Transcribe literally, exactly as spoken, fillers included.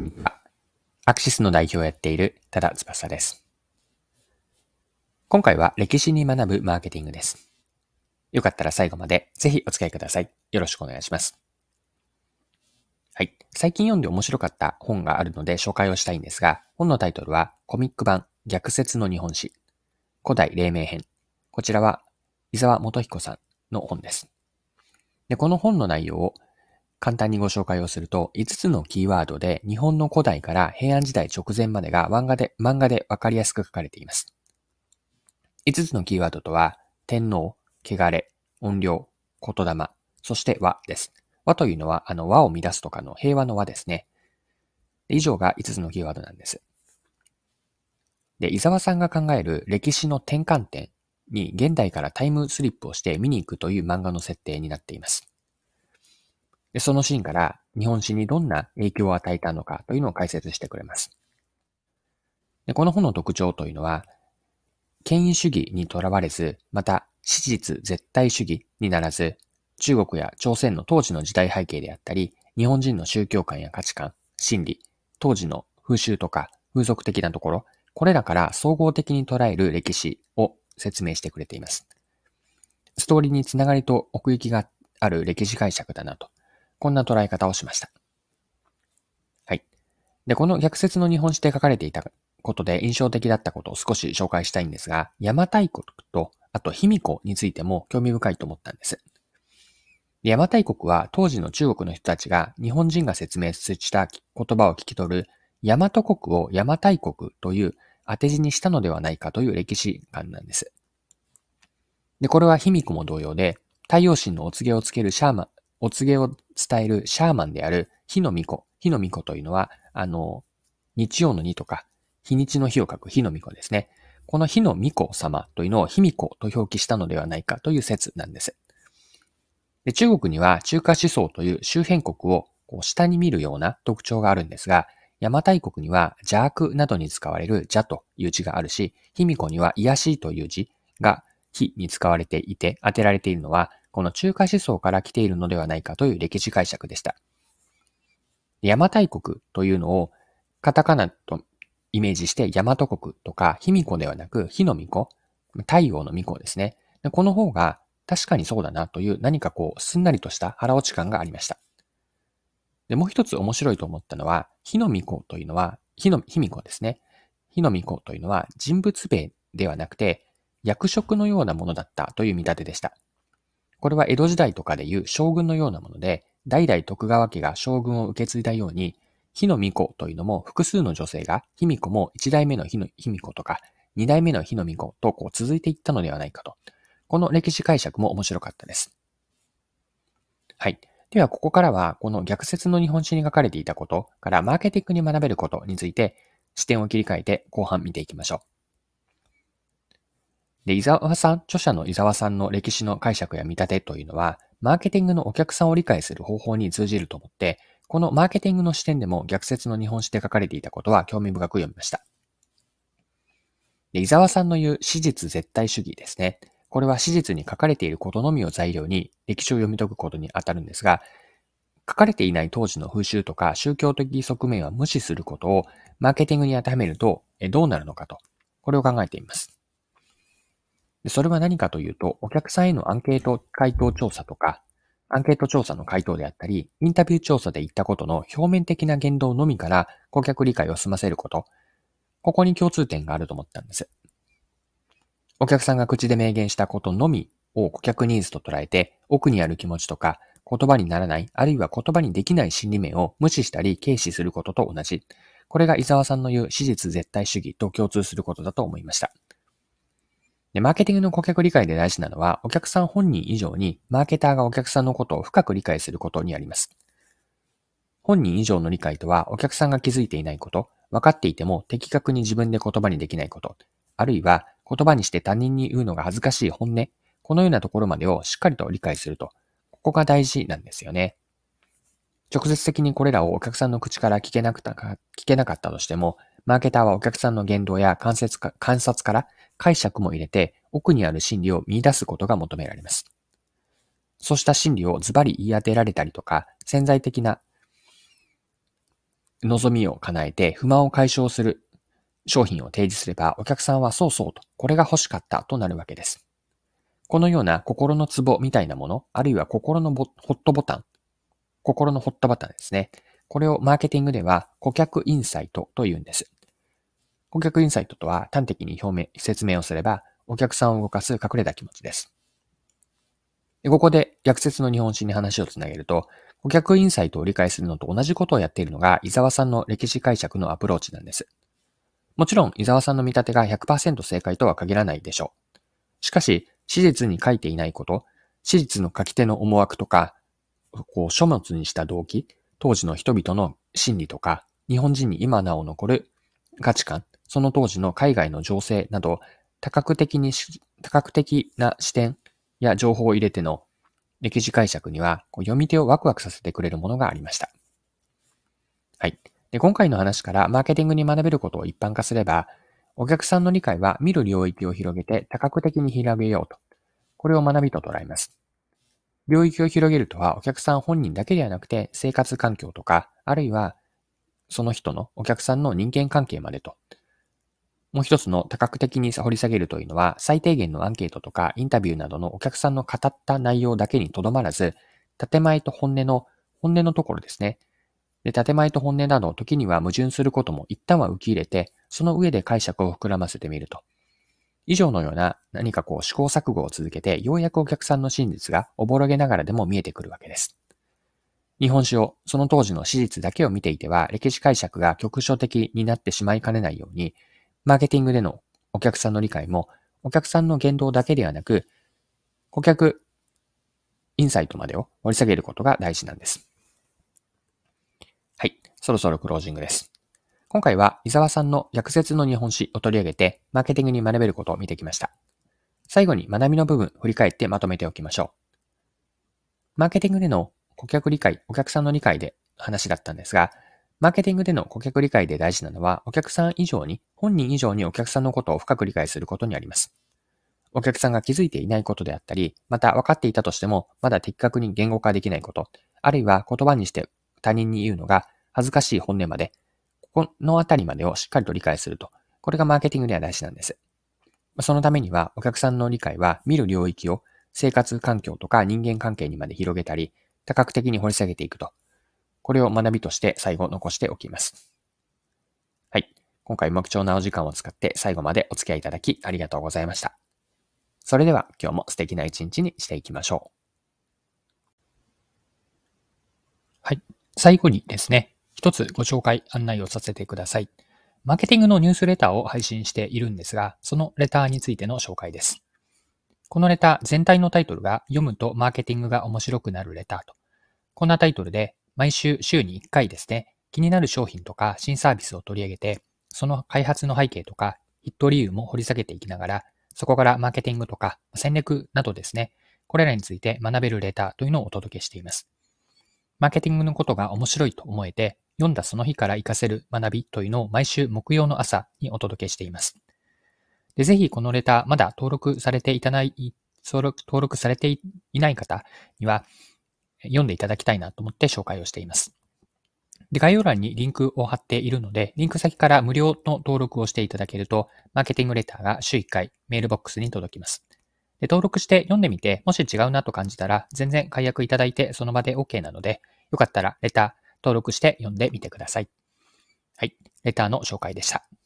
にちは。アクシスの代表をやっている多田翼です。今回は歴史に学ぶマーケティングです。よかったら最後までぜひお付き合いください。よろしくお願いします。はい。最近読んで面白かった本があるので紹介をしたいんですが、本のタイトルはコミック版逆説の日本史古代黎明編。こちらは伊沢元彦さんの本です。で、この本の内容を簡単にご紹介をすると、いつつのキーワードで日本の古代から平安時代直前までが漫画で、漫画でわかりやすく書かれています。いつつのキーワードとは、天皇、汚れ、怨霊、言霊、そして和です。和というのは、あの和を乱すとかの平和の和ですね。以上がいつつのキーワードなんです。で、伊沢さんが考える歴史の転換点に現代からタイムスリップをして見に行くという漫画の設定になっています。で、そのシーンから日本史にどんな影響を与えたのかというのを解説してくれます。で、この本の特徴というのは、権威主義にとらわれず、また史実絶対主義にならず、中国や朝鮮の当時の時代背景であったり、日本人の宗教観や価値観、心理、当時の風習とか風俗的なところ、これらから総合的に捉える歴史を説明してくれています。ストーリーにつながりと奥行きがある歴史解釈だなと。こんな捉え方をしました。はい。で、この逆説の日本史で書かれていたことで印象的だったことを少し紹介したいんですが、邪馬台国と、あと卑弥呼についても興味深いと思ったんです。邪馬台国は当時の中国の人たちが日本人が説明した言葉を聞き取る大和国を邪馬台国という当て字にしたのではないかという歴史観なんです。で、これは卑弥呼も同様で、太陽神のお告げをつけるシャーマン、お告げを伝えるシャーマンである日の巫女。日の巫女というのは、あの、日曜の日とか、日にちの日を書く日の巫女ですね。この日の巫女様というのを卑弥呼と表記したのではないかという説なんです。で、中国には中華思想という周辺国をこう下に見るような特徴があるんですが、邪馬台国には邪悪などに使われる邪という字があるし、卑弥呼には癒しという字が非に使われていて当てられているのは、この中華思想から来ているのではないかという歴史解釈でした。邪馬台国というのをカタカナとイメージして大和国とか卑弥呼ではなく日の巫女、太陽の巫女ですね。この方が確かにそうだなという何かこうすんなりとした腹落ち感がありました。で、もう一つ面白いと思ったのは、日の巫女というのは、日の、卑弥呼ですね。日の巫女というのは人物名ではなくて役職のようなものだったという見立てでした。これは江戸時代とかでいう将軍のようなもので、代々徳川家が将軍を受け継いだように、日の巫女というのも複数の女性が、卑弥呼も一代目の日の卑弥呼とか、二代目の日の巫女とこう続いていったのではないかと。この歴史解釈も面白かったです。はい。では、ここからは、この逆説の日本史に書かれていたことからマーケティングに学べることについて、視点を切り替えて後半見ていきましょう。で、伊沢さん、著者の伊沢さんの歴史の解釈や見立てというのは、マーケティングのお客さんを理解する方法に通じると思って、このマーケティングの視点でも逆説の日本史で書かれていたことは興味深く読みました。で、伊沢さんの言う史実絶対主義ですね。これは史実に書かれていることのみを材料に歴史を読み解くことにあたるんですが、書かれていない当時の風習とか宗教的側面は無視することをマーケティングに当てはめるとどうなるのかと、これを考えています。それは何かというと、お客さんへのアンケート回答調査とか、アンケート調査の回答であったり、インタビュー調査で言ったことの表面的な言動のみから顧客理解を済ませること、ここに共通点があると思ったんです。お客さんが口で明言したことのみを顧客ニーズと捉えて、奥にある気持ちとか、言葉にならない、あるいは言葉にできない心理面を無視したり軽視することと同じ。これが伊沢さんの言う史実絶対主義と共通することだと思いました。で、マーケティングの顧客理解で大事なのは、お客さん本人以上に、マーケターがお客さんのことを深く理解することにあります。本人以上の理解とは、お客さんが気づいていないこと、分かっていても的確に自分で言葉にできないこと、あるいは言葉にして他人に言うのが恥ずかしい本音、このようなところまでをしっかりと理解すると、ここが大事なんですよね。直接的にこれらをお客さんの口から聞けなくたか、聞けなかったとしても、マーケターはお客さんの言動や観察か、観察から解釈も入れて奥にある心理を見出すことが求められます。そうした心理をズバリ言い当てられたりとか、潜在的な望みを叶えて不満を解消する商品を提示すれば、お客さんはそうそうと、これが欲しかったとなるわけです。このような心のツボみたいなもの、あるいは心のホットボタン、心のホットボタンですね。これをマーケティングでは顧客インサイトと言うんです。顧客インサイトとは端的に表明、説明をすれば、お客さんを動かす隠れた気持ちです。でここで逆説の日本史に話をつなげると、顧客インサイトを理解するのと同じことをやっているのが伊沢さんの歴史解釈のアプローチなんです。もちろん伊沢さんの見立てが ひゃくパーセント 正解とは限らないでしょう。しかし、史実に書いていないこと、史実の書き手の思惑とか、こう書物にした動機、当時の人々の心理とか、日本人に今なお残る価値観、その当時の海外の情勢など、多角的に多角的な視点や情報を入れての歴史解釈には、こう読み手をワクワクさせてくれるものがありました。はい。で、今回の話からマーケティングに学べることを一般化すれば、お客さんの理解は見る領域を広げて多角的に広げようと。これを学びと捉えます。領域を広げるとは、お客さん本人だけではなくて、生活環境とか、あるいはその人のお客さんの人間関係までと。もう一つの多角的に掘り下げるというのは、最低限のアンケートとかインタビューなどのお客さんの語った内容だけにとどまらず、建前と本音の、本音のところですね。で、建前と本音など、時には矛盾することも一旦は受け入れて、その上で解釈を膨らませてみると。以上のような何かこう試行錯誤を続けて、ようやくお客さんの真実がおぼろげながらでも見えてくるわけです。日本史を、その当時の史実だけを見ていては、歴史解釈が局所的になってしまいかねないように、マーケティングでのお客さんの理解も、お客さんの言動だけではなく、顧客インサイトまでを掘り下げることが大事なんです。はい、そろそろクロージングです。今回は伊沢さんの逆説の日本史を取り上げて、マーケティングに学べることを見てきました。最後に学びの部分、振り返ってまとめておきましょう。マーケティングでの顧客理解、お客さんの理解で話だったんですが、マーケティングでの顧客理解で大事なのは、お客さん以上に、本人以上にお客さんのことを深く理解することにあります。お客さんが気づいていないことであったり、また分かっていたとしても、まだ的確に言語化できないこと、あるいは言葉にして他人に言うのが恥ずかしい本音まで、このあたりまでをしっかりと理解すると。これがマーケティングでは大事なんです。そのためには、お客さんの理解は見る領域を生活環境とか人間関係にまで広げたり、多角的に掘り下げていくと。これを学びとして最後残しておきます。はい。今回も貴重なお時間を使って最後までお付き合いいただきありがとうございました。それでは今日も素敵な一日にしていきましょう。はい。最後にですね、一つご紹介案内をさせてください。マーケティングのニュースレターを配信しているんですが、そのレターについての紹介です。このレター全体のタイトルが読むとマーケティングが面白くなるレターと。こんなタイトルで毎週週にいっかいですね、気になる商品とか新サービスを取り上げて、その開発の背景とかヒット理由も掘り下げていきながら、そこからマーケティングとか戦略などですね、これらについて学べるレターというのをお届けしています。マーケティングのことが面白いと思えて、読んだその日から活かせる学びというのを毎週木曜の朝にお届けしています。でぜひこのレターまだ登録されていたない、登録されていない方には読んでいただきたいなと思って紹介をしています。で概要欄にリンクを貼っているので、リンク先から無料の登録をしていただけると、マーケティングレターが週いっかいメールボックスに届きます。で登録して読んでみて、もし違うなと感じたら、全然解約いただいてその場で OK なので、よかったらレター登録して読んでみてください。はい、レターの紹介でした。